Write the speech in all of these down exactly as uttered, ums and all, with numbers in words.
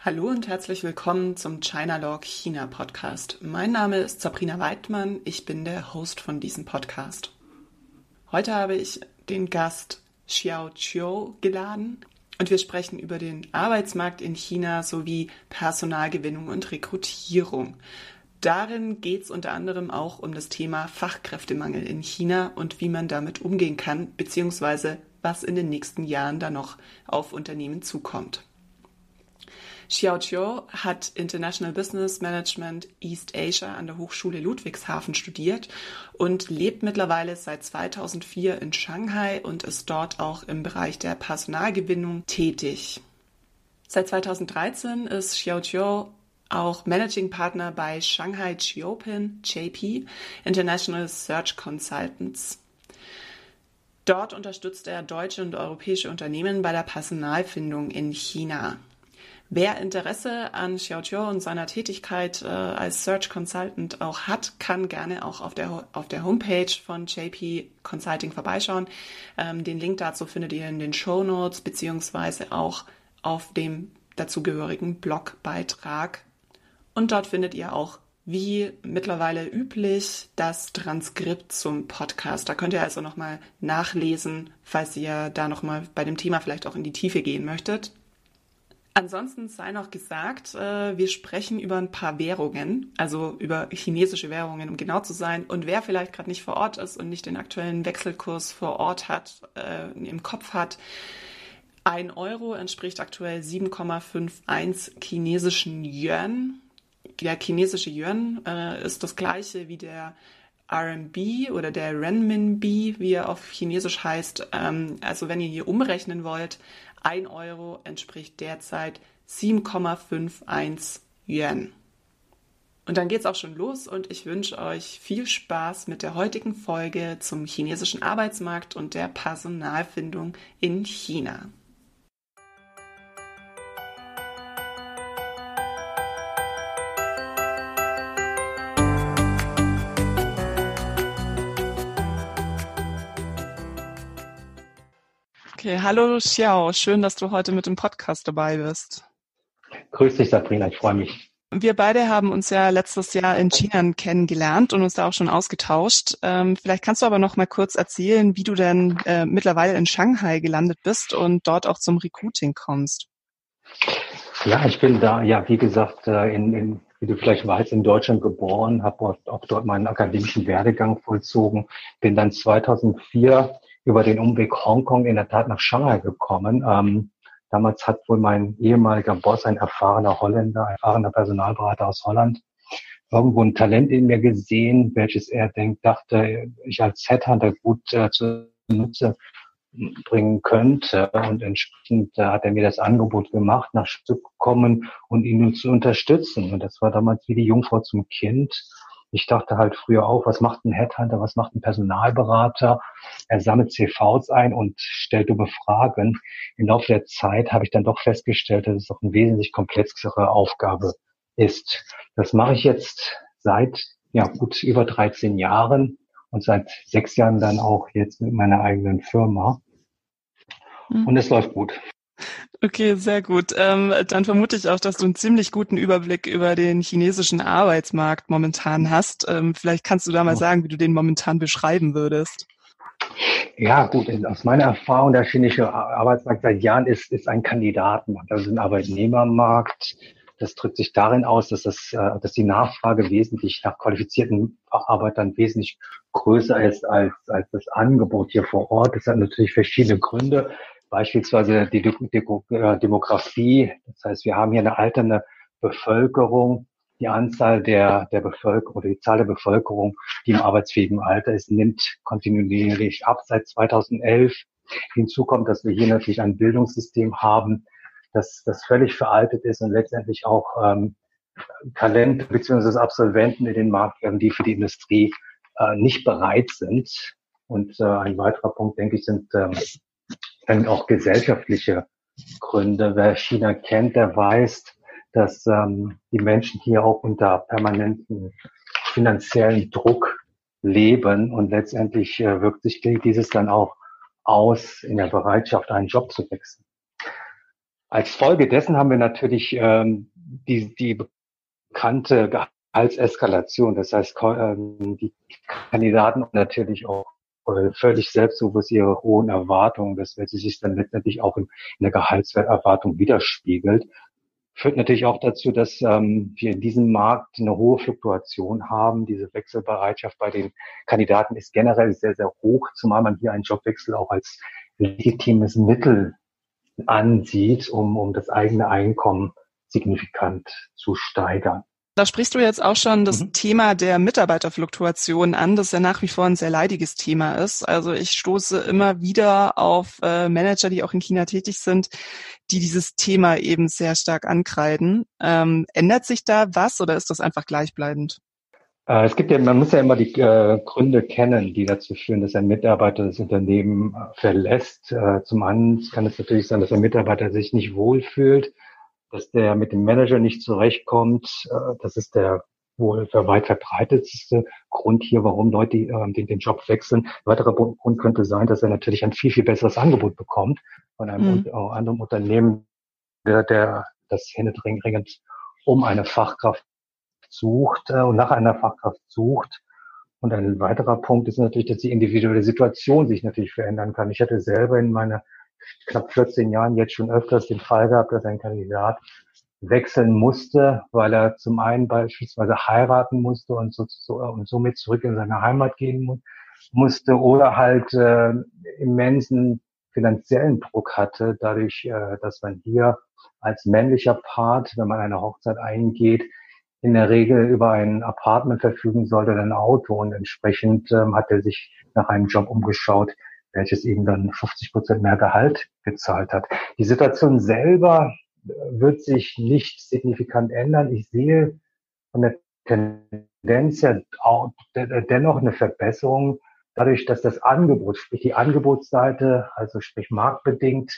Hallo und herzlich willkommen zum Chinalog China Podcast. Mein Name ist Sabrina Weidmann, ich bin der Host von diesem Podcast. Heute habe ich den Gast Xiao Qiu geladen und wir sprechen über den Arbeitsmarkt in China sowie Personalgewinnung und Rekrutierung. Darin geht es unter anderem auch um das Thema Fachkräftemangel in China und wie man damit umgehen kann, beziehungsweise was in den nächsten Jahren da noch auf Unternehmen zukommt. Xiao Qiu hat International Business Management East Asia an der Hochschule Ludwigshafen studiert und lebt mittlerweile seit zweitausendvier in Shanghai und ist dort auch im Bereich der Personalgewinnung tätig. Seit zweitausenddreizehn ist Xiao Qiu auch Managing Partner bei Shanghai Qiopin J P International Search Consultants. Dort unterstützt er deutsche und europäische Unternehmen bei der Personalfindung in China. Wer Interesse an Xiao Qiu und seiner Tätigkeit äh, als Search Consultant auch hat, kann gerne auch auf der, auf der Homepage von J P Consulting vorbeischauen. Ähm, den Link dazu findet ihr in den Shownotes beziehungsweise auch auf dem dazugehörigen Blogbeitrag. Und dort findet ihr auch, wie mittlerweile üblich, das Transkript zum Podcast. Da könnt ihr also nochmal nachlesen, falls ihr da nochmal bei dem Thema vielleicht auch in die Tiefe gehen möchtet. Ansonsten sei noch gesagt, wir sprechen über ein paar Währungen, also über chinesische Währungen, um genau zu sein. Und wer vielleicht gerade nicht vor Ort ist und nicht den aktuellen Wechselkurs vor Ort hat, äh, im Kopf hat, ein Euro entspricht aktuell sieben Komma einundfünfzig chinesischen Yuan. Der chinesische Yuan äh, ist das gleiche wie der R M B oder der Renminbi, wie er auf Chinesisch heißt. Ähm, also wenn ihr hier umrechnen wollt, ein Euro entspricht derzeit sieben Komma einundfünfzig Yuan. Und dann geht's auch schon los und ich wünsche euch viel Spaß mit der heutigen Folge zum chinesischen Arbeitsmarkt und der Personalfindung in China. Okay, hallo Xiao, schön, dass du heute mit dem Podcast dabei bist. Grüß dich, Sabrina, ich freue mich. Wir beide haben uns ja letztes Jahr in China kennengelernt und uns da auch schon ausgetauscht. Ähm, vielleicht kannst du aber noch mal kurz erzählen, wie du denn äh, mittlerweile in Shanghai gelandet bist und dort auch zum Recruiting kommst. Ja, ich bin da, ja, wie gesagt, in, in wie du vielleicht weißt, in Deutschland geboren, habe auch dort meinen akademischen Werdegang vollzogen, bin dann zweitausendvier über den Umweg Hongkong in der Tat nach Shanghai gekommen. Ähm, damals hat wohl mein ehemaliger Boss, ein erfahrener Holländer, erfahrener Personalberater aus Holland, irgendwo ein Talent in mir gesehen, welches er denkt, dachte, ich als Headhunter gut äh, zu Nutze bringen könnte. Und entsprechend äh, hat er mir das Angebot gemacht, nach Stuttgart zu kommen und ihn zu unterstützen. Und das war damals wie die Jungfrau zum Kind. Ich dachte halt früher auch, was macht ein Headhunter, was macht ein Personalberater? Er sammelt C Vs ein und stellt dumme Fragen. Im Laufe der Zeit habe ich dann doch festgestellt, dass es doch eine wesentlich komplexere Aufgabe ist. Das mache ich jetzt seit ja gut über dreizehn Jahren und seit sechs Jahren dann auch jetzt mit meiner eigenen Firma. Und es läuft gut. Okay, sehr gut. Ähm, dann vermute ich auch, dass du einen ziemlich guten Überblick über den chinesischen Arbeitsmarkt momentan hast. Ähm, vielleicht kannst du da mal sagen, wie du den momentan beschreiben würdest. Ja, gut. Aus meiner Erfahrung, der chinesische Arbeitsmarkt seit Jahren ist, ist ein Kandidatenmarkt, also ein Arbeitnehmermarkt. Das drückt sich darin aus, dass, das, dass die Nachfrage wesentlich nach qualifizierten Facharbeitern wesentlich größer ist als, als das Angebot hier vor Ort. Das hat natürlich verschiedene Gründe. Beispielsweise die Demografie. Das heißt, wir haben hier eine alternde Bevölkerung. Die Anzahl der, der Bevölkerung oder die Zahl der Bevölkerung, die im arbeitsfähigen Alter ist, nimmt kontinuierlich ab seit zweitausendelf. Hinzu kommt, dass wir hier natürlich ein Bildungssystem haben, das, das völlig veraltet ist und letztendlich auch ähm, Talente bzw. Absolventen in den Markt werden, die für die Industrie äh, nicht bereit sind. Und äh, ein weiterer Punkt, denke ich, sind ähm, dann auch gesellschaftliche Gründe. Wer China kennt, der weiß, dass ähm, die Menschen hier auch unter permanenten finanziellen Druck leben und letztendlich äh, wirkt sich dieses dann auch aus in der Bereitschaft, einen Job zu wechseln. Als Folge dessen haben wir natürlich ähm, die, die bekannte Gehaltseskalation. Das heißt, ähm, die Kandidaten natürlich auch äh, völlig selbstbewusst ihre hohen Erwartungen, das wird sich dann letztendlich auch in, in der Gehaltserwartung widerspiegelt. Führt natürlich auch dazu, dass ähm, wir in diesem Markt eine hohe Fluktuation haben. Diese Wechselbereitschaft bei den Kandidaten ist generell sehr, sehr hoch, zumal man hier einen Jobwechsel auch als legitimes Mittel ansieht, um, um das eigene Einkommen signifikant zu steigern. Da sprichst du jetzt auch schon das Mhm. Thema der Mitarbeiterfluktuation an, das ja nach wie vor ein sehr leidiges Thema ist. Also ich stoße immer wieder auf äh, Manager, die auch in China tätig sind, die dieses Thema eben sehr stark ankreiden. Ähm, ändert sich da was oder ist das einfach gleichbleibend? Äh, es gibt ja, man muss ja immer die äh, Gründe kennen, die dazu führen, dass ein Mitarbeiter das Unternehmen äh, verlässt. Äh, zum einen kann es natürlich sein, dass ein Mitarbeiter sich nicht wohlfühlt, dass der mit dem Manager nicht zurechtkommt. Äh, das ist der wohl weit verbreitetste Grund hier, warum Leute äh, den, den Job wechseln. Ein weiterer Grund könnte sein, dass er natürlich ein viel, viel besseres Angebot bekommt von einem Mhm. äh, anderen Unternehmen, der, der das händeringend um eine Fachkraft sucht äh, und nach einer Fachkraft sucht. Und ein weiterer Punkt ist natürlich, dass die individuelle Situation sich natürlich verändern kann. Ich hatte selber in meiner knapp vierzehn Jahren jetzt schon öfters den Fall gehabt, dass ein Kandidat wechseln musste, weil er zum einen beispielsweise heiraten musste und, so, so, und somit zurück in seine Heimat gehen mu musste oder halt äh, immensen finanziellen Druck hatte, dadurch, äh, dass man hier als männlicher Part, wenn man eine Hochzeit eingeht, in der Regel über ein Apartment verfügen sollte, ein Auto, und entsprechend ähm, hat er sich nach einem Job umgeschaut, welches ihm dann fünfzig Prozent mehr Gehalt gezahlt hat. Die Situation selber äh, wird sich nicht signifikant ändern. Ich sehe von der Tendenz her auch dennoch eine Verbesserung, dadurch, dass das Angebot, sprich die Angebotsseite, also sprich marktbedingt,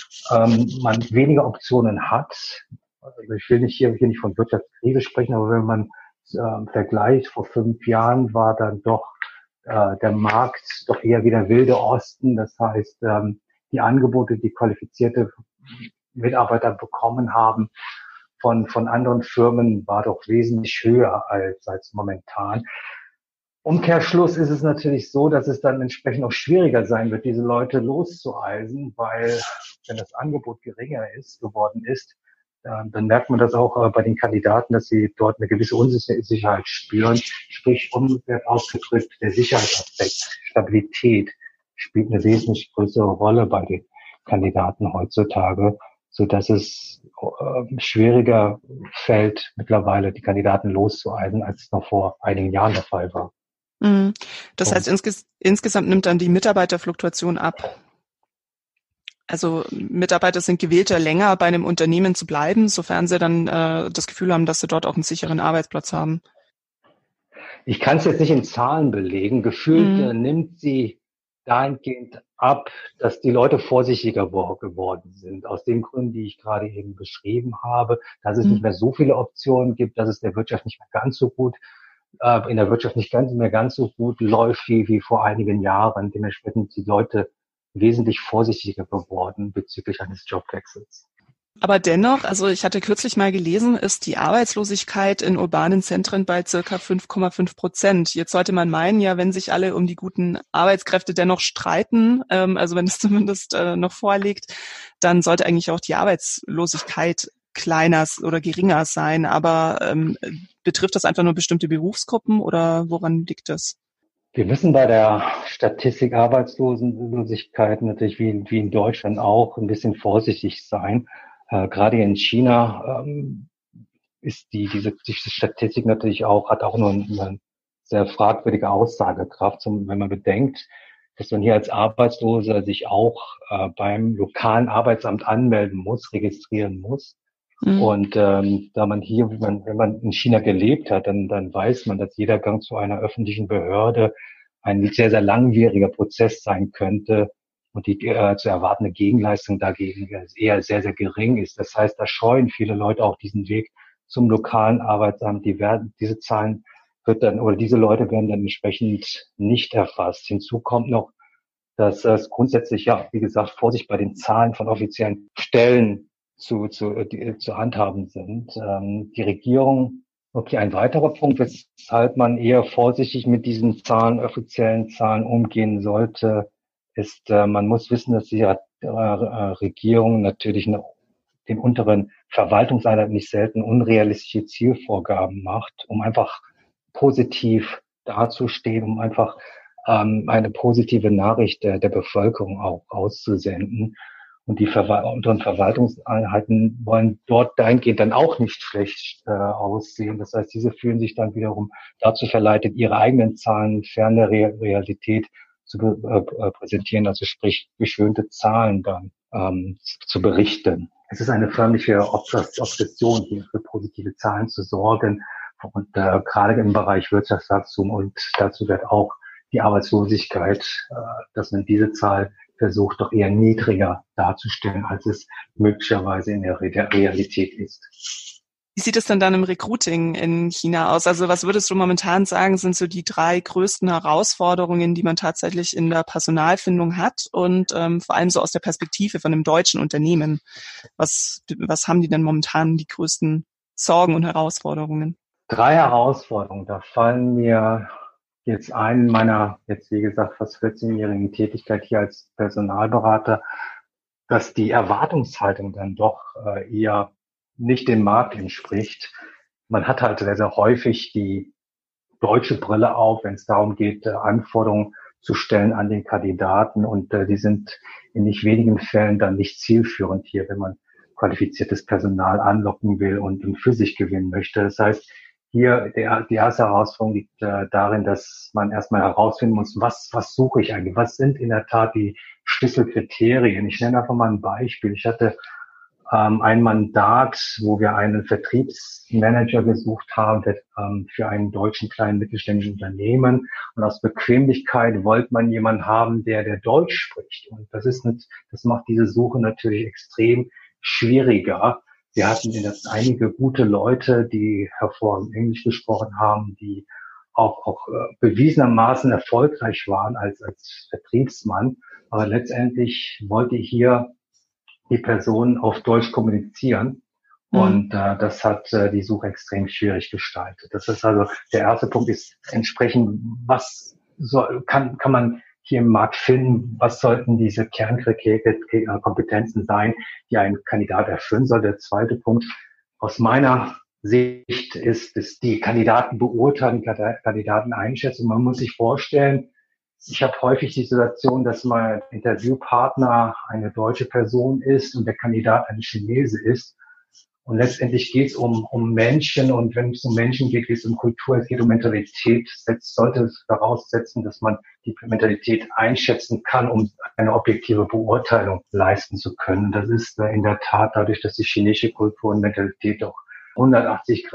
ähm, man weniger Optionen hat. Also ich will nicht hier, hier nicht von Wirtschaftskrise sprechen, aber wenn man ähm, vergleicht, vor fünf Jahren war dann doch äh, der Markt doch eher wieder wilde Osten. Das heißt, ähm, die Angebote, die qualifizierte Mitarbeiter bekommen haben von, von anderen Firmen, war doch wesentlich höher als, als momentan. Umkehrschluss ist es natürlich so, dass es dann entsprechend auch schwieriger sein wird, diese Leute loszueisen, weil wenn das Angebot geringer ist, geworden ist, dann merkt man das auch bei den Kandidaten, dass sie dort eine gewisse Unsicherheit spüren. Sprich, umgekehrt ausgedrückt, der Sicherheitsaspekt, Stabilität spielt eine wesentlich größere Rolle bei den Kandidaten heutzutage, so dass es äh, schwieriger fällt, mittlerweile die Kandidaten loszueisen, als es noch vor einigen Jahren der Fall war. Mhm. Das heißt, Und insges- insgesamt nimmt dann die Mitarbeiterfluktuation ab. Also Mitarbeiter sind gewillter, länger bei einem Unternehmen zu bleiben, sofern sie dann äh, das Gefühl haben, dass sie dort auch einen sicheren Arbeitsplatz haben. Ich kann es jetzt nicht in Zahlen belegen. Gefühlt Mhm. äh, nimmt sie dahingehend ab, dass die Leute vorsichtiger geworden sind. Aus den Gründen, die ich gerade eben beschrieben habe, dass es Mhm. nicht mehr so viele Optionen gibt, dass es der Wirtschaft nicht mehr ganz so gut, äh, in der Wirtschaft nicht ganz mehr ganz so gut läuft wie, wie vor einigen Jahren. Dementsprechend sind die Leute wesentlich vorsichtiger geworden bezüglich eines Jobwechsels. Aber dennoch, also ich hatte kürzlich mal gelesen, ist die Arbeitslosigkeit in urbanen Zentren bei circa fünf Komma fünf Prozent. Jetzt sollte man meinen, ja, wenn sich alle um die guten Arbeitskräfte dennoch streiten, ähm, also wenn es zumindest äh, noch vorliegt, dann sollte eigentlich auch die Arbeitslosigkeit kleiner oder geringer sein. Aber ähm, betrifft das einfach nur bestimmte Berufsgruppen oder woran liegt das? Wir müssen bei der Statistik Arbeitslosigkeit natürlich wie, wie in Deutschland auch ein bisschen vorsichtig sein. Äh, gerade in China ähm, ist die diese, diese Statistik natürlich auch, hat auch nur eine sehr fragwürdige Aussagekraft, zum, wenn man bedenkt, dass man hier als Arbeitsloser sich auch äh, beim lokalen Arbeitsamt anmelden muss, registrieren muss. Mhm. Und ähm, da man hier, wenn man, wenn man in China gelebt hat, dann, dann weiß man, dass jeder Gang zu einer öffentlichen Behörde ein sehr, sehr langwieriger Prozess sein könnte und die äh, zu erwartende Gegenleistung dagegen eher sehr, sehr gering ist. Das heißt, da scheuen viele Leute auch diesen Weg zum lokalen Arbeitsamt. Die werden, diese Zahlen wird dann, oder diese Leute werden dann entsprechend nicht erfasst. Hinzu kommt noch, dass es grundsätzlich, ja, wie gesagt, Vorsicht bei den Zahlen von offiziellen Stellen zu, zu, die, zu handhaben sind. Ähm, die Regierung, okay, ein weiterer Punkt, weshalb man eher vorsichtig mit diesen Zahlen, offiziellen Zahlen umgehen sollte, ist, äh, man muss wissen, dass die äh, Regierung natürlich eine, den unteren Verwaltungseinheiten nicht selten unrealistische Zielvorgaben macht, um einfach positiv dazustehen, um einfach ähm, eine positive Nachricht der, der Bevölkerung auch auszusenden. Und die Verwal- unteren Verwaltungseinheiten wollen dort dahingehend dann auch nicht schlecht äh, aussehen. Das heißt, diese fühlen sich dann wiederum dazu verleitet, ihre eigenen Zahlen fern der Re- Realität zu äh, präsentieren, also sprich geschönte Zahlen dann ähm, zu berichten. Es ist eine förmliche Obsession, hier für positive Zahlen zu sorgen. Und äh, gerade im Bereich Wirtschaftswachstum und dazu gehört auch die Arbeitslosigkeit, äh, dass man diese Zahl versucht, doch eher niedriger darzustellen, als es möglicherweise in der Re- der Realität ist. Wie sieht es denn dann im Recruiting in China aus? Also was würdest du momentan sagen, sind so die drei größten Herausforderungen, die man tatsächlich in der Personalfindung hat und ähm, vor allem so aus der Perspektive von einem deutschen Unternehmen? Was, was haben die denn momentan die größten Sorgen und Herausforderungen? Drei Herausforderungen, da fallen mir jetzt ein meiner, jetzt wie gesagt, fast vierzehnjährigen Tätigkeit hier als Personalberater, dass die Erwartungshaltung dann doch äh, eher nicht dem Markt entspricht. Man hat halt sehr, sehr häufig die deutsche Brille auf, wenn es darum geht, äh, Anforderungen zu stellen an den Kandidaten. Und äh, die sind in nicht wenigen Fällen dann nicht zielführend hier, wenn man qualifiziertes Personal anlocken will und, und für sich gewinnen möchte. Das heißt, hier der, die erste Herausforderung liegt äh, darin, dass man erstmal herausfinden muss, was, was suche ich eigentlich? Was sind in der Tat die Schlüsselkriterien? Ich nenne einfach mal ein Beispiel. Ich hatte ähm, ein Mandat, wo wir einen Vertriebsmanager gesucht haben für, ähm, für einen deutschen kleinen mittelständischen Unternehmen. Und aus Bequemlichkeit wollte man jemanden haben, der, der Deutsch spricht. Und das ist nicht, das macht diese Suche natürlich extrem schwieriger. Wir hatten in das einige gute Leute, die hervorragend Englisch gesprochen haben, die auch, auch äh, bewiesenermaßen erfolgreich waren als, als Vertriebsmann. Aber letztendlich wollte hier die Person auf Deutsch kommunizieren. Mhm. Und äh, das hat äh, die Suche extrem schwierig gestaltet. Das ist also, der erste Punkt ist entsprechend, was soll, kann, kann man hier im Markt finden, was sollten diese Kernkompetenzen sein, die ein Kandidat erfüllen soll. Der zweite Punkt aus meiner Sicht ist, ist die Kandidaten beurteilen, die Kandidaten einschätzen. Man muss sich vorstellen, ich habe häufig die Situation, dass mein Interviewpartner eine deutsche Person ist und der Kandidat ein Chinese ist. Und letztendlich geht es um, um Menschen, und wenn es um Menschen geht, geht es um Kultur, es geht um Mentalität. Das sollte es voraussetzen, dass man die Mentalität einschätzen kann, um eine objektive Beurteilung leisten zu können. Das ist in der Tat dadurch, dass die chinesische Kultur und Mentalität doch hundertachtzig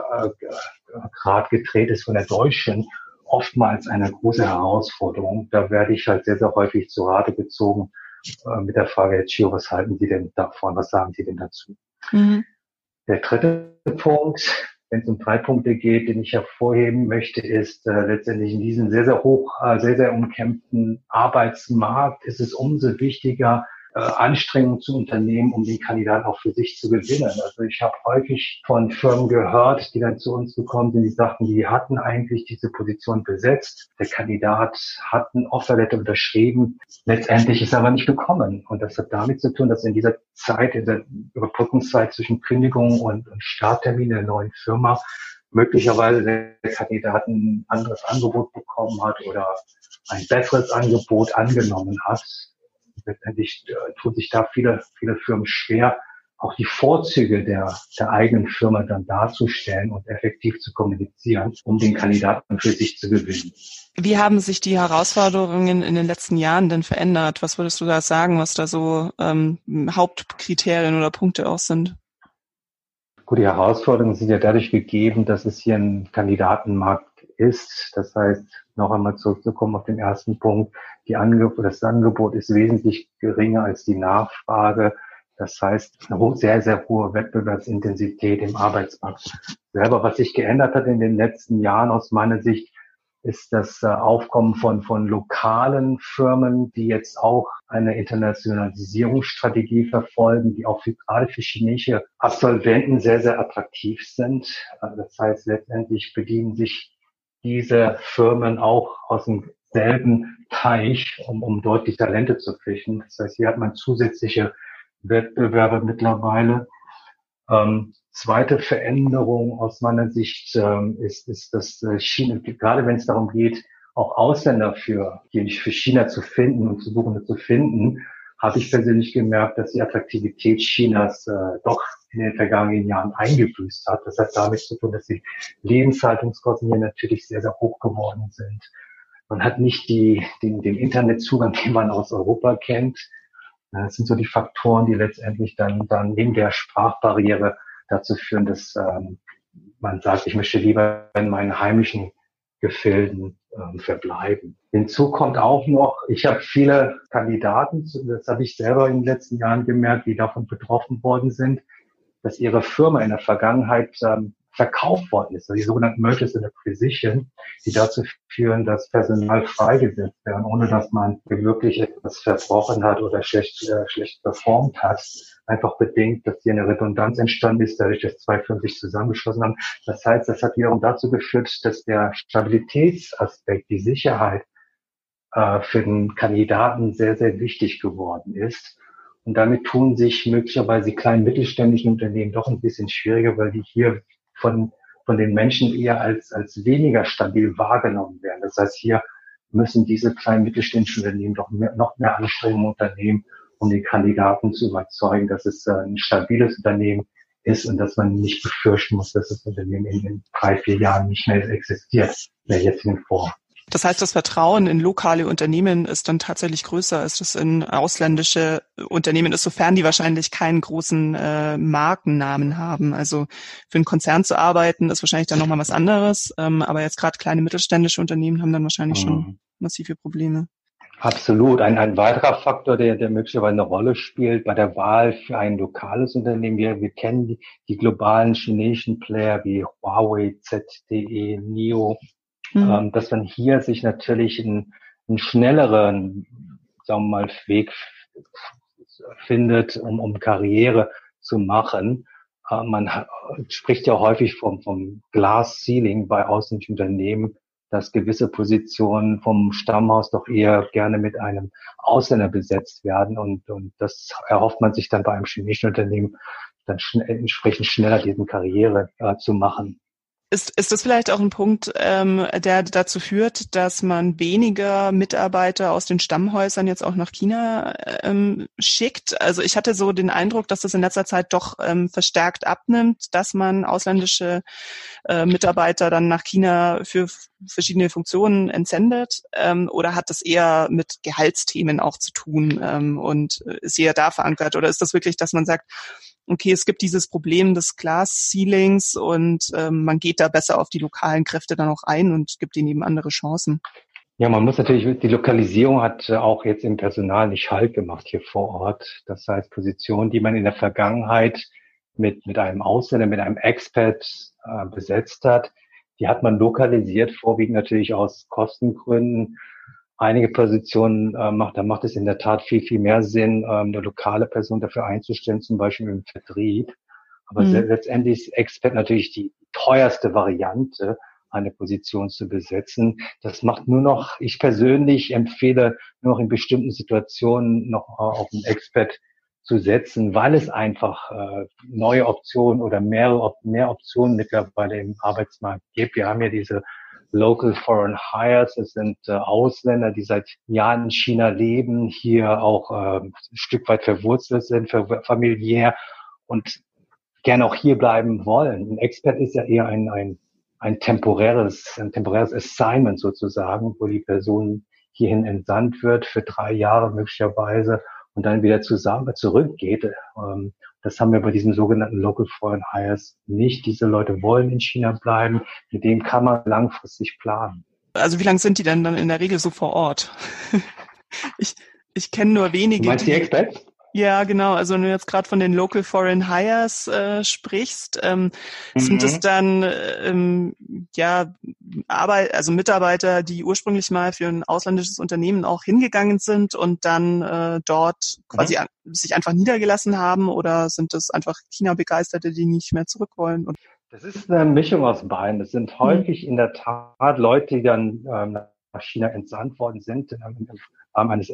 Grad gedreht ist von der deutschen, oftmals eine große Herausforderung. Da werde ich halt sehr, sehr häufig zu Rate gezogen äh, mit der Frage, Herr Chio, was halten Sie denn davon? Was sagen Sie denn dazu? Mhm. Der dritte Punkt, wenn es um drei Punkte geht, den ich hervorheben möchte, ist äh, letztendlich in diesem sehr, sehr hoch, äh, sehr, sehr umkämpften Arbeitsmarkt ist es umso wichtiger, äh, Anstrengungen zu unternehmen, um den Kandidaten auch für sich zu gewinnen. Also ich habe häufig von Firmen gehört, die dann zu uns gekommen sind, die sagten, die hatten eigentlich diese Position besetzt. Der Kandidat hat ein Offerletter unterschrieben, letztendlich ist er aber nicht gekommen. Und das hat damit zu tun, dass in dieser Zeit, in der Überbrückungszeit zwischen Kündigung und, und Starttermin der neuen Firma möglicherweise der Kandidat ein anderes Angebot bekommen hat oder ein besseres Angebot angenommen hat. Letztendlich äh, tun sich da viele, viele Firmen schwer, auch die Vorzüge der, der eigenen Firma dann darzustellen und effektiv zu kommunizieren, um den Kandidaten für sich zu gewinnen. Wie haben sich die Herausforderungen in den letzten Jahren denn verändert? Was würdest du da sagen, was da so ähm, Hauptkriterien oder Punkte auch sind? Gut, die Herausforderungen sind ja dadurch gegeben, dass es hier ein Kandidatenmarkt ist. Das heißt, noch einmal zurückzukommen auf den ersten Punkt, die Angebot, das Angebot ist wesentlich geringer als die Nachfrage. Das heißt, eine sehr, sehr hohe Wettbewerbsintensität im Arbeitsmarkt selber. Was sich geändert hat in den letzten Jahren aus meiner Sicht, ist das äh, Aufkommen von, von lokalen Firmen, die jetzt auch eine Internationalisierungsstrategie verfolgen, die auch für, gerade für chinesische Absolventen sehr, sehr attraktiv sind. Äh, das heißt, letztendlich bedienen sich diese Firmen auch aus dem selben Teich, um, um dort die Talente zu fischen. Das heißt, hier hat man zusätzliche Wettbewerbe mittlerweile. Ähm, zweite Veränderung aus meiner Sicht ähm, ist, ist, dass äh, China, gerade wenn es darum geht, auch Ausländer für, für China zu finden und zu Suchende zu finden, habe ich persönlich gemerkt, dass die Attraktivität Chinas äh, doch in den vergangenen Jahren eingebüßt hat. Das hat damit zu tun, dass die Lebenshaltungskosten hier natürlich sehr, sehr hoch geworden sind. Man hat nicht die, den, den Internetzugang, den man aus Europa kennt. Das sind so die Faktoren, die letztendlich dann, dann neben der Sprachbarriere dazu führen, dass ähm, man sagt, ich möchte lieber in meinen heimischen Gefilden ähm, verbleiben. Hinzu kommt auch noch, ich habe viele Kandidaten, das habe ich selber in den letzten Jahren gemerkt, die davon betroffen worden sind, dass ihre Firma in der Vergangenheit ähm, verkauft worden ist, also die sogenannten Mergers in Acquisition, die dazu führen, dass Personal freigesetzt werden, ohne dass man wirklich etwas verbrochen hat oder schlecht, äh, schlecht performt hat. Einfach bedingt, dass hier eine Redundanz entstanden ist, dadurch, dass zwei Firmen sich zusammengeschlossen haben. Das heißt, das hat wiederum dazu geführt, dass der Stabilitätsaspekt, die Sicherheit äh, für den Kandidaten sehr, sehr wichtig geworden ist. Und damit tun sich möglicherweise die kleinen mittelständischen Unternehmen doch ein bisschen schwieriger, weil die hier von, von den Menschen eher als, als weniger stabil wahrgenommen werden. Das heißt, hier müssen diese kleinen mittelständischen Unternehmen doch mehr, noch mehr Anstrengungen unternehmen, um die Kandidaten zu überzeugen, dass es ein stabiles Unternehmen ist und dass man nicht befürchten muss, dass das Unternehmen in, in drei, vier Jahren nicht mehr existiert, in der jetzigen Form. Das heißt, das Vertrauen in lokale Unternehmen ist dann tatsächlich größer, als das in ausländische Unternehmen ist, sofern die wahrscheinlich keinen großen äh, Markennamen haben. Also für einen Konzern zu arbeiten, ist wahrscheinlich dann nochmal was anderes. Ähm, aber jetzt gerade kleine mittelständische Unternehmen haben dann wahrscheinlich mhm. schon massive Probleme. Absolut. Ein, ein weiterer Faktor, der, der möglicherweise eine Rolle spielt bei der Wahl für ein lokales Unternehmen. Wir, wir kennen die, die globalen chinesischen Player wie Huawei, Z T E, N I O. Mhm. Dass man hier sich natürlich einen, einen schnelleren, sagen wir mal, Weg findet, um, um Karriere zu machen. Man spricht ja häufig vom, vom Glass Ceiling bei ausländischen Unternehmen, dass gewisse Positionen vom Stammhaus doch eher gerne mit einem Ausländer besetzt werden. Und, und das erhofft man sich dann bei einem chinesischen Unternehmen, dann schnell, entsprechend schneller diesen Karriere äh, zu machen. Ist, ist das vielleicht auch ein Punkt, ähm, der dazu führt, dass man weniger Mitarbeiter aus den Stammhäusern jetzt auch nach China ähm, schickt? Also ich hatte so den Eindruck, dass das in letzter Zeit doch ähm, verstärkt abnimmt, dass man ausländische äh, Mitarbeiter dann nach China für f- verschiedene Funktionen entsendet. Ähm, oder hat das eher mit Gehaltsthemen auch zu tun ähm, und ist eher da verankert? Oder ist das wirklich, dass man sagt, okay, es gibt dieses Problem des Glass Ceilings und ähm, man geht da besser auf die lokalen Kräfte dann auch ein und gibt ihnen eben andere Chancen. Ja, man muss natürlich, die Lokalisierung hat auch jetzt im Personal nicht Halt gemacht hier vor Ort. Das heißt, Positionen, die man in der Vergangenheit mit mit einem Ausländer, mit einem Expat äh, besetzt hat, die hat man lokalisiert, vorwiegend natürlich aus Kostengründen. Einige Positionen äh, macht, da macht es in der Tat viel, viel mehr Sinn, ähm, eine lokale Person dafür einzustellen, zum Beispiel im Vertrieb. Aber mhm. letztendlich ist Expat natürlich die teuerste Variante, eine Position zu besetzen. Das macht nur noch, ich persönlich empfehle, nur noch in bestimmten Situationen noch äh, auf einen Expat zu setzen, weil es einfach äh, neue Optionen oder mehrere, mehr Optionen mittlerweile im Arbeitsmarkt gibt. Wir haben ja diese Local Foreign Hires, das sind äh, Ausländer, die seit Jahren in China leben, hier auch äh, ein Stück weit verwurzelt sind, familiär und gerne auch hier bleiben wollen. Ein Expat ist ja eher ein, ein, ein temporäres, ein temporäres Assignment sozusagen, wo die Person hierhin entsandt wird für drei Jahre möglicherweise und dann wieder zusammen zurückgeht. Ähm, Das haben wir bei diesen sogenannten Local Foreign Hires nicht. Diese Leute wollen in China bleiben. Mit dem kann man langfristig planen. Also wie lange sind die denn dann in der Regel so vor Ort? ich ich kenne nur wenige. Du meinst die Expats? Ja, genau. Also wenn du jetzt gerade von den Local Foreign Hires äh, sprichst, ähm, sind es Mhm. dann ähm, ja Arbeit, also Mitarbeiter, die ursprünglich mal für ein ausländisches Unternehmen auch hingegangen sind und dann äh, dort quasi Mhm. an, sich einfach niedergelassen haben, oder sind es einfach China-Begeisterte, die nicht mehr zurück wollen? Und, Das ist eine Mischung aus beiden. Das sind hm, häufig in der Tat Leute, die dann ähm, nach China entsandt worden sind, ähm, im Rahmen eines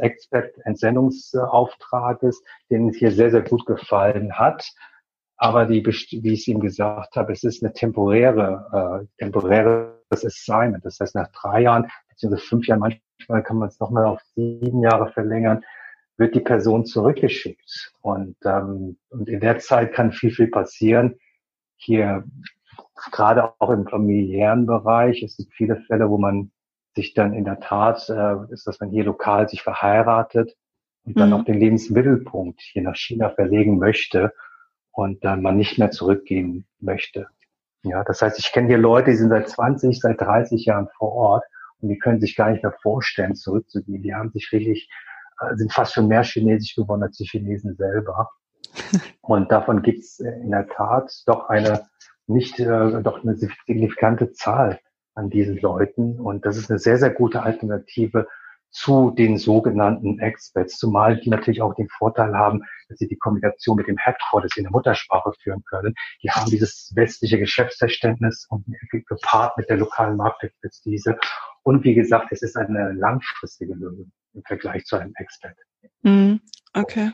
Expert-Entsendungsauftrages, denen es hier sehr, sehr gut gefallen hat. Aber die, best- wie ich es Ihnen gesagt habe, es ist eine temporäre, äh, temporäres Assignment. Das heißt, nach drei Jahren, beziehungsweise fünf Jahren, manchmal kann man es nochmal auf sieben Jahre verlängern, wird die Person zurückgeschickt. Und, ähm, und in der Zeit kann viel, viel passieren. Hier, gerade auch im familiären Bereich, es gibt viele Fälle, wo man sich dann in der Tat, äh, ist, dass man hier lokal sich verheiratet und dann hm, auch den Lebensmittelpunkt hier nach China verlegen möchte und dann man nicht mehr zurückgehen möchte. Ja, das heißt, ich kenne hier Leute, die sind seit zwanzig, seit dreißig Jahren vor Ort und die können sich gar nicht mehr vorstellen, zurückzugehen. Die haben sich richtig, äh, sind fast schon mehr chinesisch geworden als die Chinesen selber. Und davon gibt es in der Tat doch eine nicht, äh, doch eine signifikante Zahl an diesen Leuten. Und das ist eine sehr, sehr gute Alternative zu den sogenannten Expats, zumal die natürlich auch den Vorteil haben, dass sie die Kommunikation mit dem Headquarters in der Muttersprache führen können. Die haben dieses westliche Geschäftsverständnis und gepaart mit der lokalen Marktexpertise. Und wie gesagt, es ist eine langfristige Lösung im Vergleich zu einem Expat. hm, okay.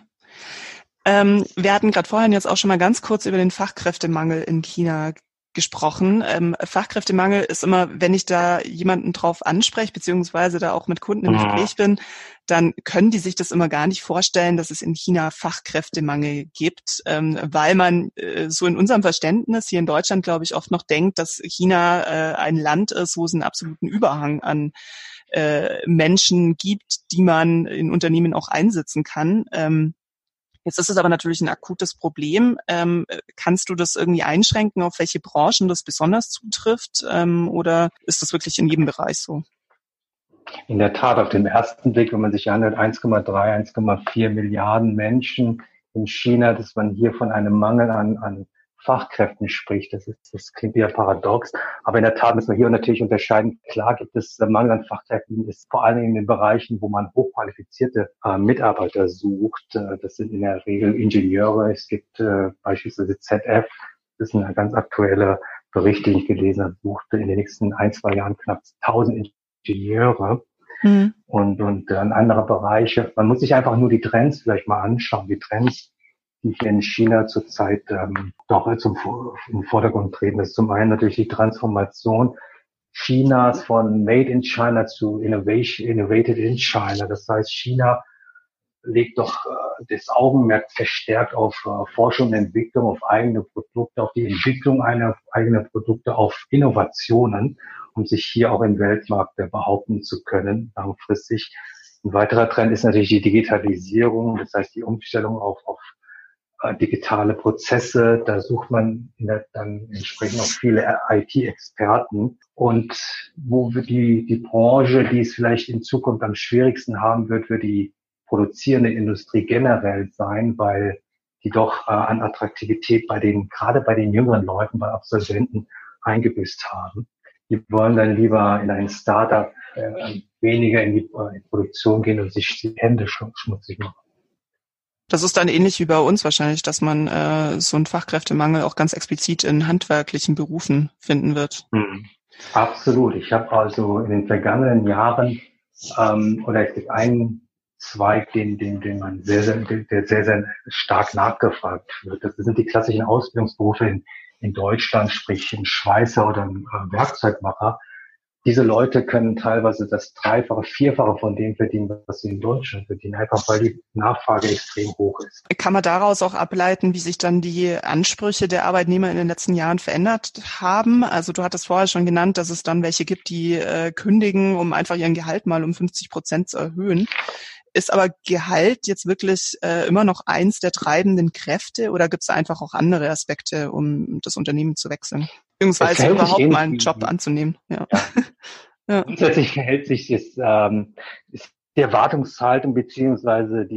Ähm, wir hatten gerade vorhin jetzt auch schon mal ganz kurz über den Fachkräftemangel in China gesprochen. Ähm, Fachkräftemangel ist immer, wenn ich da jemanden drauf anspreche, beziehungsweise da auch mit Kunden im Mhm. Gespräch bin, dann können die sich das immer gar nicht vorstellen, dass es in China Fachkräftemangel gibt, ähm, weil man äh, so in unserem Verständnis hier in Deutschland, glaube ich, oft noch denkt, dass China äh, ein Land ist, wo es einen absoluten Überhang an äh, Menschen gibt, die man in Unternehmen auch einsetzen kann. Ähm, Jetzt ist es aber natürlich ein akutes Problem. Ähm, kannst du das irgendwie einschränken, auf welche Branchen das besonders zutrifft? Ähm, oder ist das wirklich in jedem Bereich so? In der Tat, auf den ersten Blick, wenn man sich anhört, eins Komma drei, eins Komma vier Milliarden Menschen in China, dass man hier von einem Mangel an, an Fachkräften spricht. Das, ist, das klingt ja paradox. Aber in der Tat müssen wir hier natürlich unterscheiden. Klar gibt es Mangel an Fachkräften, ist vor allen Dingen in den Bereichen, wo man hochqualifizierte äh, Mitarbeiter sucht. Äh, das sind in der Regel Ingenieure. Es gibt äh, beispielsweise Z F. Das ist eine ganz aktuelle Bericht, den ich gelesen habe, suchte in den nächsten ein, zwei Jahren knapp tausend Ingenieure Mhm. und, und dann andere Bereiche. Man muss sich einfach nur die Trends vielleicht mal anschauen, die Trends, die hier in China zurzeit ähm, doch zum im Vordergrund treten. Das ist zum einen natürlich die Transformation Chinas von Made in China zu Innovation, Innovated in China. Das heißt, China legt doch äh, das Augenmerk verstärkt auf äh, Forschung und Entwicklung, auf eigene Produkte, auf die Entwicklung einer eigenen Produkte, auf Innovationen, um sich hier auch im Weltmarkt äh, behaupten zu können, langfristig. Ein weiterer Trend ist natürlich die Digitalisierung, das heißt die Umstellung auf, auf äh, digitale Prozesse. Da sucht man in der, dann entsprechend auch viele I T-Experten. Und wo wir die, die Branche, die es vielleicht in Zukunft am schwierigsten haben wird, wird die produzierende Industrie generell sein, weil die doch äh, an Attraktivität bei den, gerade bei den jüngeren Leuten, bei Absolventen eingebüßt haben. Die wollen dann lieber in ein Startup äh, weniger in die, äh, in die Produktion gehen und sich die Hände schmutzig machen. Das ist dann ähnlich wie bei uns wahrscheinlich, dass man äh, so einen Fachkräftemangel auch ganz explizit in handwerklichen Berufen finden wird. Mhm. Absolut. Ich habe also in den vergangenen Jahren ähm, oder es gibt einen Zweig, den, den, den man sehr, sehr, der sehr, sehr stark nachgefragt wird. Das sind die klassischen Ausbildungsberufe in, in Deutschland, sprich ein Schweißer oder ein äh, Werkzeugmacher. Diese Leute können teilweise das Dreifache, Vierfache von dem verdienen, was sie in Deutschland verdienen, einfach weil die Nachfrage extrem hoch ist. Kann man daraus auch ableiten, wie sich dann die Ansprüche der Arbeitnehmer in den letzten Jahren verändert haben? Also du hattest vorher schon genannt, dass es dann welche gibt, die äh, kündigen, um einfach ihren Gehalt mal um fünfzig Prozent zu erhöhen. Ist aber Gehalt jetzt wirklich äh, immer noch eins der treibenden Kräfte, oder gibt es einfach auch andere Aspekte, um das Unternehmen zu wechseln? Beziehungsweise überhaupt mal einen Wie, Job wie, anzunehmen. Ja. ja. Ja. Grundsätzlich verhält sich das, ähm, ist die Erwartungshaltung beziehungsweise die Faktoren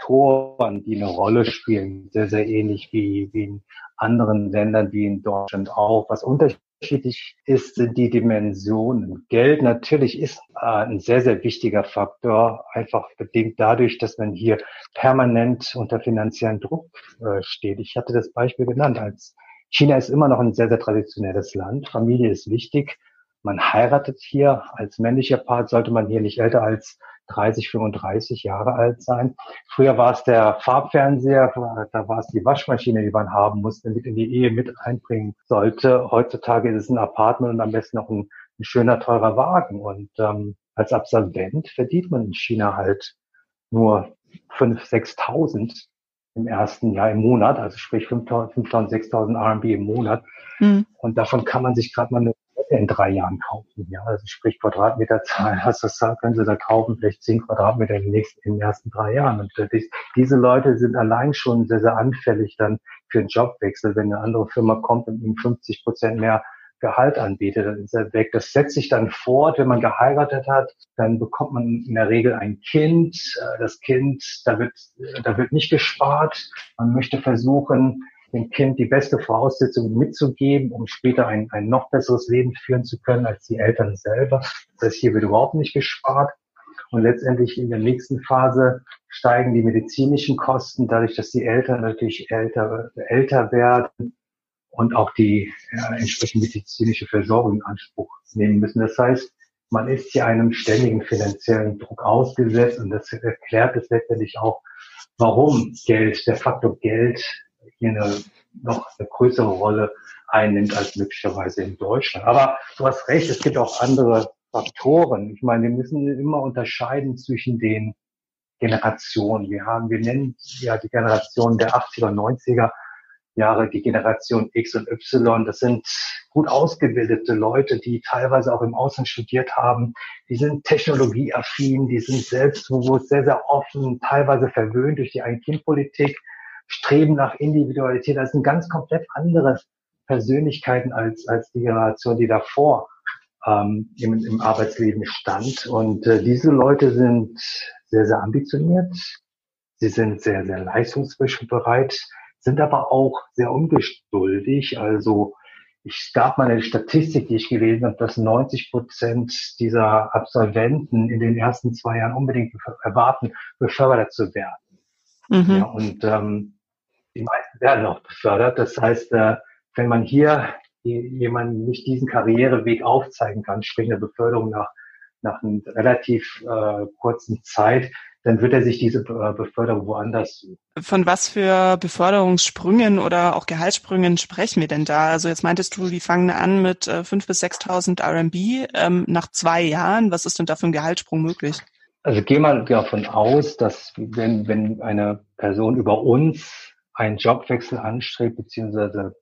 Faktoren, die eine Rolle spielen, sehr, sehr ähnlich wie, wie in anderen Ländern, wie in Deutschland auch. Was unterschiedlich ist, sind die Dimensionen. Geld natürlich ist äh, ein sehr, sehr wichtiger Faktor, einfach bedingt dadurch, dass man hier permanent unter finanziellen Druck äh, steht. Ich hatte das Beispiel genannt, als China ist immer noch ein sehr, sehr traditionelles Land. Familie ist wichtig. Man heiratet hier. Als männlicher Part sollte man hier nicht älter als dreißig, fünfunddreißig Jahre alt sein. Früher war es der Farbfernseher, da war es die Waschmaschine, die man haben musste, mit in die Ehe mit einbringen sollte. Heutzutage ist es ein Apartment und am besten noch ein, ein schöner, teurer Wagen. Und ähm, als Absolvent verdient man in China halt nur fünftausend, sechstausend im ersten Jahr im Monat, also sprich fünftausend, sechstausend R M B im Monat. Mhm. Und davon kann man sich gerade mal eine in drei Jahren kaufen. Ja, also sprich Quadratmeterzahl, was das sagt, können Sie da kaufen, vielleicht zehn Quadratmeter in den nächsten, in den ersten drei Jahren. Und die, diese Leute sind allein schon sehr, sehr anfällig dann für einen Jobwechsel. Wenn eine andere Firma kommt und ihnen fünfzig Prozent mehr Gehalt anbietet, dann ist er weg. Das setzt sich dann fort, wenn man geheiratet hat, dann bekommt man in der Regel ein Kind. Das Kind, da wird, da wird nicht gespart. Man möchte versuchen, dem Kind die beste Voraussetzung mitzugeben, um später ein, ein noch besseres Leben führen zu können als die Eltern selber. Das heißt, hier wird überhaupt nicht gespart. Und letztendlich in der nächsten Phase steigen die medizinischen Kosten, dadurch, dass die Eltern natürlich älter, älter werden und auch die ja, entsprechende medizinische Versorgung in Anspruch nehmen müssen. Das heißt, man ist hier einem ständigen finanziellen Druck ausgesetzt und das erklärt es letztendlich auch, warum Geld, der Faktor Geld, hier eine, noch eine größere Rolle einnimmt als möglicherweise in Deutschland. Aber du hast recht, es gibt auch andere Faktoren. Ich meine, wir müssen immer unterscheiden zwischen den Generationen. Wir haben, wir nennen ja die Generation der achtziger und neunziger Jahre, die Generation X und Y. Das sind gut ausgebildete Leute, die teilweise auch im Ausland studiert haben. Die sind technologieaffin, die sind selbstbewusst, sehr, sehr offen, teilweise verwöhnt durch die Ein-Kind-Politik. Streben nach Individualität. Das sind ganz komplett andere Persönlichkeiten als als die Generation, die davor ähm, im, im Arbeitsleben stand. Und äh, diese Leute sind sehr, sehr ambitioniert. Sie sind sehr, sehr leistungsbereit, sind aber auch sehr ungeduldig. Also es gab mal eine Statistik, die ich gelesen habe, dass neunzig Prozent dieser Absolventen in den ersten zwei Jahren unbedingt erwarten, befördert zu werden. Mhm. Ja, und ähm, die meisten werden auch befördert. Das heißt, äh, wenn man hier jemanden nicht diesen Karriereweg aufzeigen kann, sprich eine Beförderung nach nach einer relativ äh, kurzen Zeit, dann wird er sich diese äh, Beförderung woanders suchen. Von was für Beförderungssprüngen oder auch Gehaltssprüngen sprechen wir denn da? Also jetzt meintest du, die fangen an mit äh, fünftausend bis sechstausend R M B ähm, nach zwei Jahren. Was ist denn da für ein Gehaltssprung möglich? Also gehen wir davon aus, dass wenn, wenn eine Person über uns einen Jobwechsel anstrebt, beziehungsweise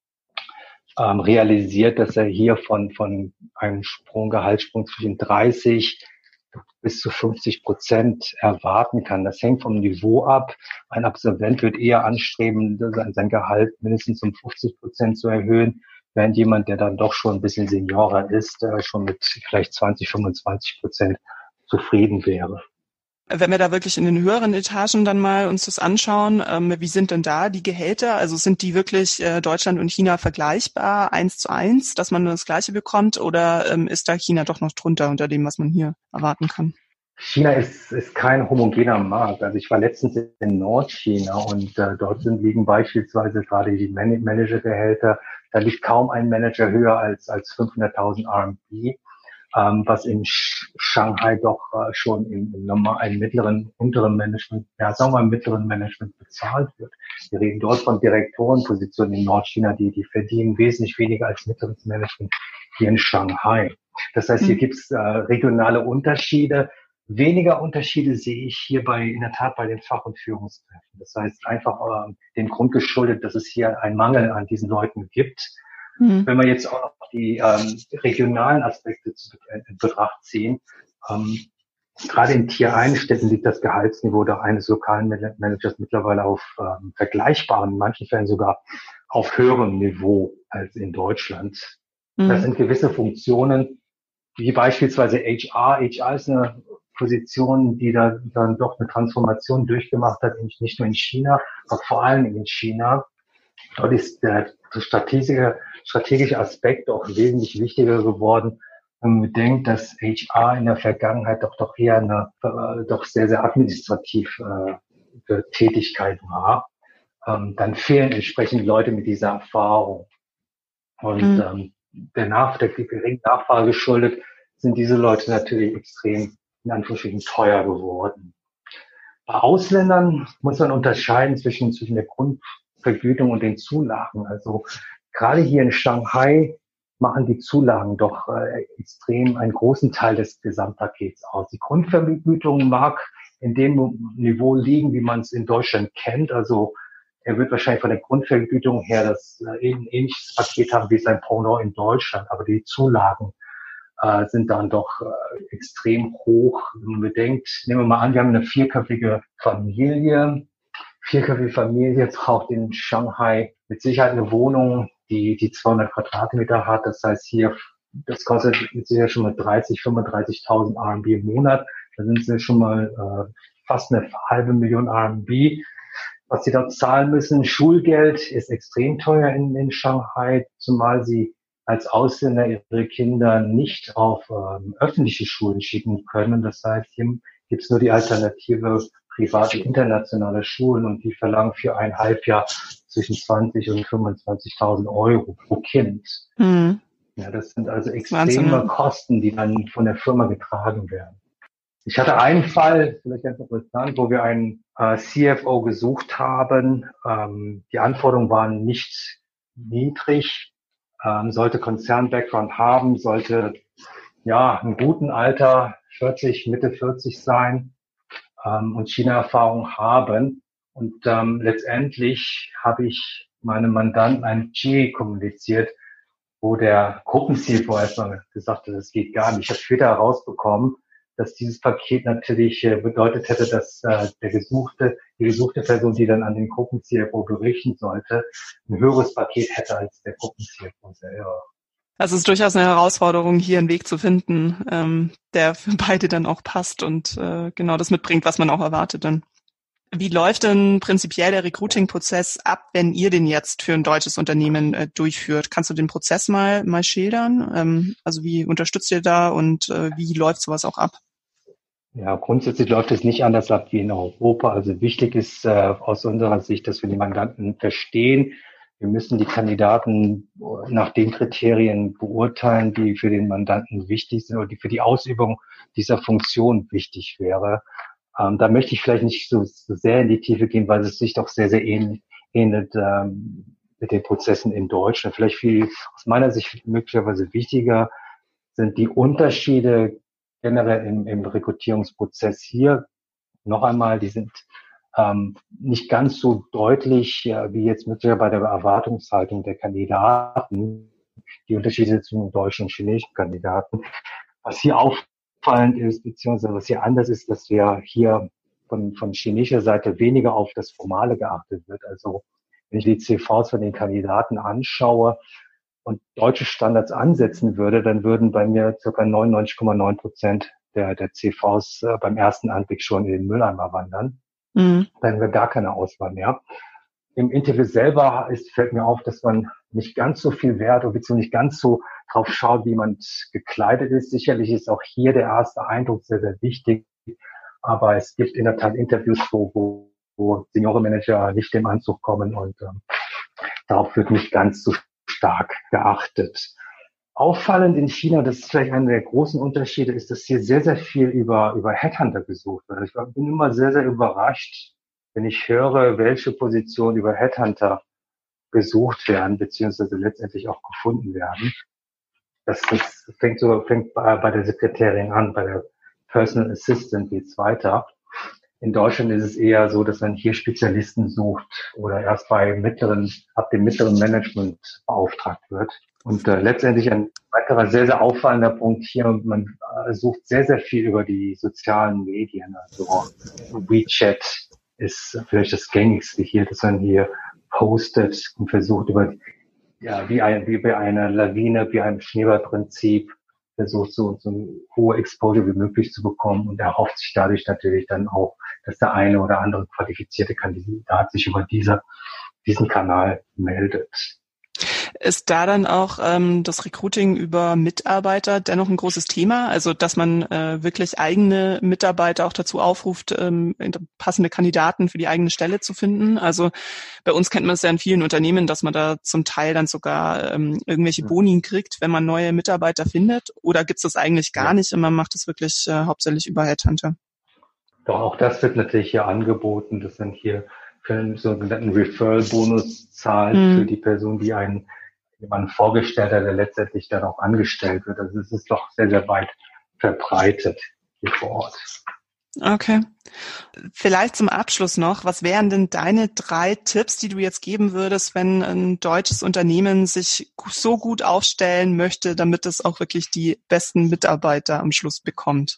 ähm, realisiert, dass er hier von, von einem Sprung, Gehaltssprung zwischen dreißig bis zu fünfzig Prozent erwarten kann. Das hängt vom Niveau ab. Ein Absolvent wird eher anstreben, sein Gehalt mindestens um fünfzig Prozent zu erhöhen, während jemand, der dann doch schon ein bisschen Seniorer ist, äh, schon mit vielleicht zwanzig, fünfundzwanzig Prozent zufrieden wäre. Wenn wir da wirklich in den höheren Etagen dann mal uns das anschauen, ähm, wie sind denn da die Gehälter? Also sind die wirklich äh, Deutschland und China vergleichbar, eins zu eins, dass man das Gleiche bekommt, oder ähm, ist da China doch noch drunter unter dem, was man hier erwarten kann? China ist, ist kein homogener Markt. Also ich war letztens in Nordchina und äh, dort sind, liegen beispielsweise gerade die Man- Managergehälter, da liegt kaum ein Manager höher als, als fünfhunderttausend R M B. Ähm, was in Sch- Shanghai doch äh, schon im, im normalen mittleren, unteren Management, ja, sagen wir mal, im mittleren Management bezahlt wird. Wir reden dort von Direktorenpositionen in Nordchina, die, die verdienen wesentlich weniger als mittleres Management hier in Shanghai. Das heißt, hier mhm. gibt es äh, regionale Unterschiede. Weniger Unterschiede sehe ich hier bei, in der Tat bei den Fach- und Führungskräften. Das heißt einfach äh, dem Grund geschuldet, dass es hier einen Mangel an diesen Leuten gibt. Mhm. Wenn wir jetzt auch noch die ähm, regionalen Aspekte zu, äh, in Betracht ziehen, ähm, gerade in Tier eins Städten liegt das Gehaltsniveau der eines lokalen Managers mittlerweile auf ähm, vergleichbaren, in manchen Fällen sogar auf höherem Niveau als in Deutschland. Mhm. Das sind gewisse Funktionen, wie beispielsweise H R. H R ist eine Position, die da dann doch eine Transformation durchgemacht hat, nicht nur in China, aber vor allem in China. Dort ist der strategische, strategische Aspekt auch wesentlich wichtiger geworden, wenn man bedenkt, dass H R in der Vergangenheit doch doch eher eine äh, doch sehr, sehr administrativ äh, Tätigkeit war. Ähm, dann fehlen entsprechend Leute mit dieser Erfahrung. Und mhm. ähm, der, Nach der geringen Nachfrage geschuldet sind diese Leute natürlich extrem, in Anführungsstrichen, teuer geworden. Bei Ausländern muss man unterscheiden zwischen, zwischen der Grundvergütung und den Zulagen. Also gerade hier in Shanghai machen die Zulagen doch äh, extrem einen großen Teil des Gesamtpakets aus. Die Grundvergütung mag in dem Niveau liegen, wie man es in Deutschland kennt. Also er wird wahrscheinlich von der Grundvergütung her das äh, ein ähnliches Paket haben wie sein Pendant in Deutschland. Aber die Zulagen äh, sind dann doch äh, extrem hoch. Wenn man bedenkt, nehmen wir mal an, wir haben eine vierköpfige Familie. Vierköpfige Familie braucht in Shanghai mit Sicherheit eine Wohnung, die die zweihundert Quadratmeter hat. Das heißt hier, das kostet mit Sicherheit schon mal dreißig, fünfunddreißigtausend R M B im Monat. Da sind sie schon mal äh, fast eine halbe Million R M B. Was sie dort zahlen müssen, Schulgeld ist extrem teuer in, in Shanghai, zumal sie als Ausländer ihre Kinder nicht auf ähm, öffentliche Schulen schicken können. Das heißt, hier gibt es nur die Alternative private internationale Schulen und die verlangen für ein Halbjahr zwischen zwanzig und fünfundzwanzigtausend Euro pro Kind. Mhm. Ja, das sind also extreme Wahnsinn. Kosten, die dann von der Firma getragen werden. Ich hatte einen Fall, vielleicht ganz interessant, wo wir einen äh, C F O gesucht haben. Ähm, die Anforderungen waren nicht niedrig, ähm, sollte Konzern-Background haben, sollte ja im guten Alter vierzig, Mitte vierzig sein ähm, und China-Erfahrung haben. Und ähm, letztendlich habe ich meinem Mandanten ein G E kommuniziert, wo der Gruppen-C F O erstmal gesagt hat, das geht gar nicht. Ich habe später herausbekommen, dass dieses Paket natürlich äh, bedeutet hätte, dass äh, der gesuchte, die gesuchte Person, die dann an den Gruppen-C F O berichten sollte, ein höheres Paket hätte als der Gruppen-C F O selber. Also es ist durchaus eine Herausforderung, hier einen Weg zu finden, ähm, der für beide dann auch passt und äh, genau das mitbringt, was man auch erwartet dann. Wie läuft denn prinzipiell der Recruiting-Prozess ab, wenn ihr den jetzt für ein deutsches Unternehmen äh, durchführt? Kannst du den Prozess mal mal schildern? Ähm, also wie unterstützt ihr da und äh, wie läuft sowas auch ab? Ja, grundsätzlich läuft es nicht anders ab wie in Europa. Also wichtig ist äh, aus unserer Sicht, dass wir die Mandanten verstehen. Wir müssen die Kandidaten nach den Kriterien beurteilen, die für den Mandanten wichtig sind oder die für die Ausübung dieser Funktion wichtig wäre. Ähm, da möchte ich vielleicht nicht so, so sehr in die Tiefe gehen, weil es sich doch sehr, sehr ähnlich, ähnelt ähm, mit den Prozessen in Deutschland. Vielleicht viel aus meiner Sicht möglicherweise wichtiger sind die Unterschiede generell im, im Rekrutierungsprozess hier. Noch einmal, die sind ähm, nicht ganz so deutlich äh, wie jetzt möglicherweise bei der Erwartungshaltung der Kandidaten, die Unterschiede zwischen deutschen und chinesischen Kandidaten. Was hier auffallend ist, beziehungsweise was hier anders ist, dass wir hier von, von chinesischer Seite weniger auf das Formale geachtet wird. Also wenn ich die C Vs von den Kandidaten anschaue und deutsche Standards ansetzen würde, dann würden bei mir ca. neunundneunzig Komma neun Prozent der, der C Vs äh, beim ersten Anblick schon in den Mülleimer wandern. Mhm. Dann wäre gar keine Auswahl mehr. Im Interview selber ist, fällt mir auf, dass man nicht ganz so viel Wert oder beziehungsweise nicht ganz so drauf schaut, wie man gekleidet ist. Sicherlich ist auch hier der erste Eindruck sehr, sehr wichtig. Aber es gibt in der Tat Interviews, wo, wo, wo Seniorenmanager nicht im Anzug kommen und ähm, darauf wird nicht ganz so stark geachtet. Auffallend in China, das ist vielleicht einer der großen Unterschiede, ist, dass hier sehr, sehr viel über, über Headhunter gesucht wird. Ich bin immer sehr, sehr überrascht, wenn ich höre, welche Positionen über Headhunter gesucht werden, beziehungsweise letztendlich auch gefunden werden. Das, das fängt so, fängt bei, bei der Sekretärin an, bei der Personal Assistant geht's weiter. In Deutschland ist es eher so, dass man hier Spezialisten sucht oder erst bei mittleren, ab dem mittleren Management beauftragt wird. Und äh, letztendlich ein weiterer sehr, sehr auffallender Punkt hier, man äh, sucht sehr, sehr viel über die sozialen Medien. Also WeChat ist vielleicht das gängigste hier, dass man hier postet und versucht über, ja, wie, ein, wie bei einer Lawine, wie einem Schneeballprinzip versucht so, so eine hohe Exposure wie möglich zu bekommen und erhofft sich dadurch natürlich dann auch, dass der eine oder andere qualifizierte Kandidat sich über diese, diesen Kanal meldet. Ist da dann auch ähm, das Recruiting über Mitarbeiter dennoch ein großes Thema? Also, dass man äh, wirklich eigene Mitarbeiter auch dazu aufruft, ähm, passende Kandidaten für die eigene Stelle zu finden? Also, bei uns kennt man es ja in vielen Unternehmen, dass man da zum Teil dann sogar ähm, irgendwelche Boni kriegt, wenn man neue Mitarbeiter findet. Oder gibt es das eigentlich gar ja. nicht und man macht es wirklich äh, hauptsächlich über Headhunter? Doch, auch das wird natürlich hier angeboten. Das sind hier für einen sogenannten Referral-Bonus zahlt hm. für die Person, die einen jemanden vorgestellt hat, der letztendlich dann auch angestellt wird. Also es ist doch sehr, sehr weit verbreitet hier vor Ort. Okay. Vielleicht zum Abschluss noch, was wären denn deine drei Tipps, die du jetzt geben würdest, wenn ein deutsches Unternehmen sich so gut aufstellen möchte, damit es auch wirklich die besten Mitarbeiter am Schluss bekommt?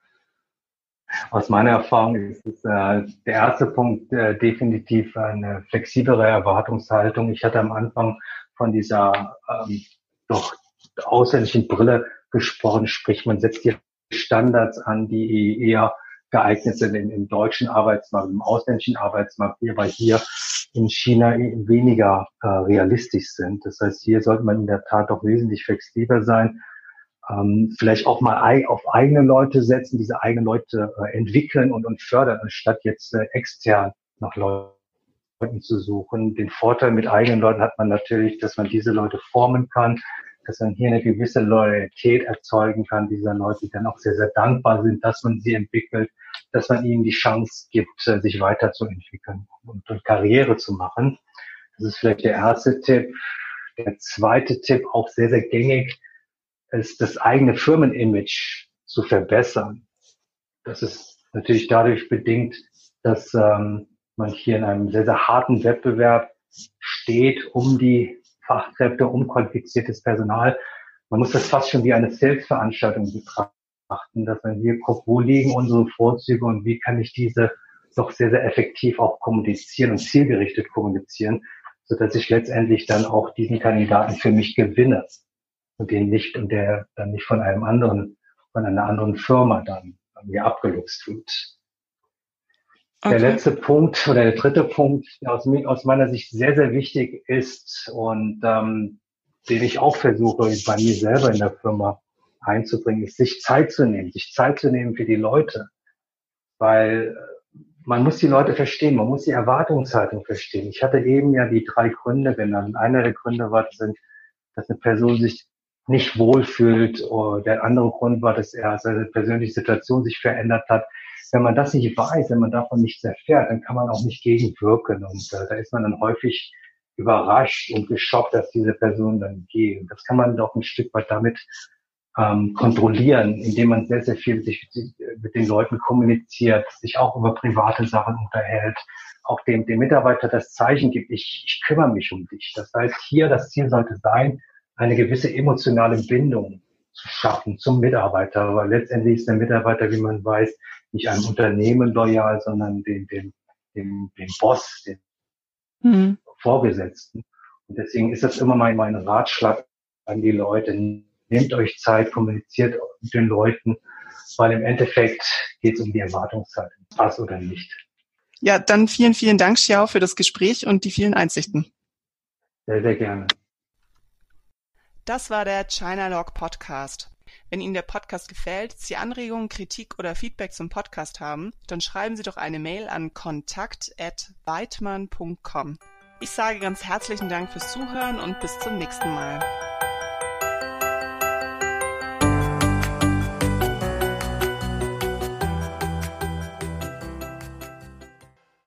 Aus meiner Erfahrung ist es, äh, der erste Punkt äh, definitiv eine flexiblere Erwartungshaltung. Ich hatte am Anfang von dieser ähm, doch ausländischen Brille gesprochen, sprich man setzt die Standards an, die eher geeignet sind im, im deutschen Arbeitsmarkt, im ausländischen Arbeitsmarkt, die aber hier in China weniger äh, realistisch sind. Das heißt, hier sollte man in der Tat doch wesentlich flexibler sein. Ähm, vielleicht auch mal ei- auf eigene Leute setzen, diese eigenen Leute äh, entwickeln und, und fördern, anstatt jetzt äh, extern nach Leuten zu suchen. Den Vorteil mit eigenen Leuten hat man natürlich, dass man diese Leute formen kann, dass man hier eine gewisse Loyalität erzeugen kann, dieser Leute, die dann auch sehr, sehr dankbar sind, dass man sie entwickelt, dass man ihnen die Chance gibt, sich weiterzuentwickeln und, und Karriere zu machen. Das ist vielleicht der erste Tipp. Der zweite Tipp, auch sehr, sehr gängig, ist das eigene Firmenimage zu verbessern. Das ist natürlich dadurch bedingt, dass ähm, man hier in einem sehr, sehr harten Wettbewerb steht um die Fachkräfte, um qualifiziertes Personal. Man muss das fast schon wie eine Selbstveranstaltung betrachten, dass man hier guckt, wo liegen unsere Vorzüge und wie kann ich diese doch sehr, sehr effektiv auch kommunizieren und zielgerichtet kommunizieren, sodass ich letztendlich dann auch diesen Kandidaten für mich gewinne und den nicht und der dann nicht von einem anderen, von einer anderen Firma dann mir abgeluchst wird. Okay. Der letzte Punkt oder der dritte Punkt, der aus, aus meiner Sicht sehr, sehr wichtig ist und ähm, den ich auch versuche, bei mir selber in der Firma einzubringen, ist, sich Zeit zu nehmen, sich Zeit zu nehmen für die Leute. Weil man muss die Leute verstehen, man muss die Erwartungshaltung verstehen. Ich hatte eben ja die drei Gründe genannt. Einer der Gründe war, dass eine Person sich nicht wohlfühlt, oder der andere Grund war, dass er seine persönliche Situation sich verändert hat. Wenn man das nicht weiß, wenn man davon nichts erfährt, dann kann man auch nicht gegenwirken. Und äh, da ist man dann häufig überrascht und geschockt, dass diese Person dann geht. Und das kann man doch ein Stück weit damit ähm, kontrollieren, indem man sehr, sehr viel mit, sich, mit den Leuten kommuniziert, sich auch über private Sachen unterhält, auch dem, dem Mitarbeiter das Zeichen gibt, ich, ich kümmere mich um dich. Das heißt, hier das Ziel sollte sein, eine gewisse emotionale Bindung zu schaffen zum Mitarbeiter. Aber letztendlich ist der Mitarbeiter, wie man weiß, nicht einem Unternehmen loyal, sondern dem, dem, dem, dem Boss, dem mhm. Vorgesetzten. Und deswegen ist das immer mein, mein Ratschlag an die Leute. Nehmt euch Zeit, kommuniziert mit den Leuten, weil im Endeffekt geht es um die Erwartungshaltung. Passt oder nicht. Ja, dann vielen, vielen Dank, Xiao, für das Gespräch und die vielen Einsichten. Sehr, sehr gerne. Das war der ChinaLog Podcast. Wenn Ihnen der Podcast gefällt, Sie Anregungen, Kritik oder Feedback zum Podcast haben, dann schreiben Sie doch eine Mail an kontakt at weidmann punkt com. Ich sage ganz herzlichen Dank fürs Zuhören und bis zum nächsten Mal.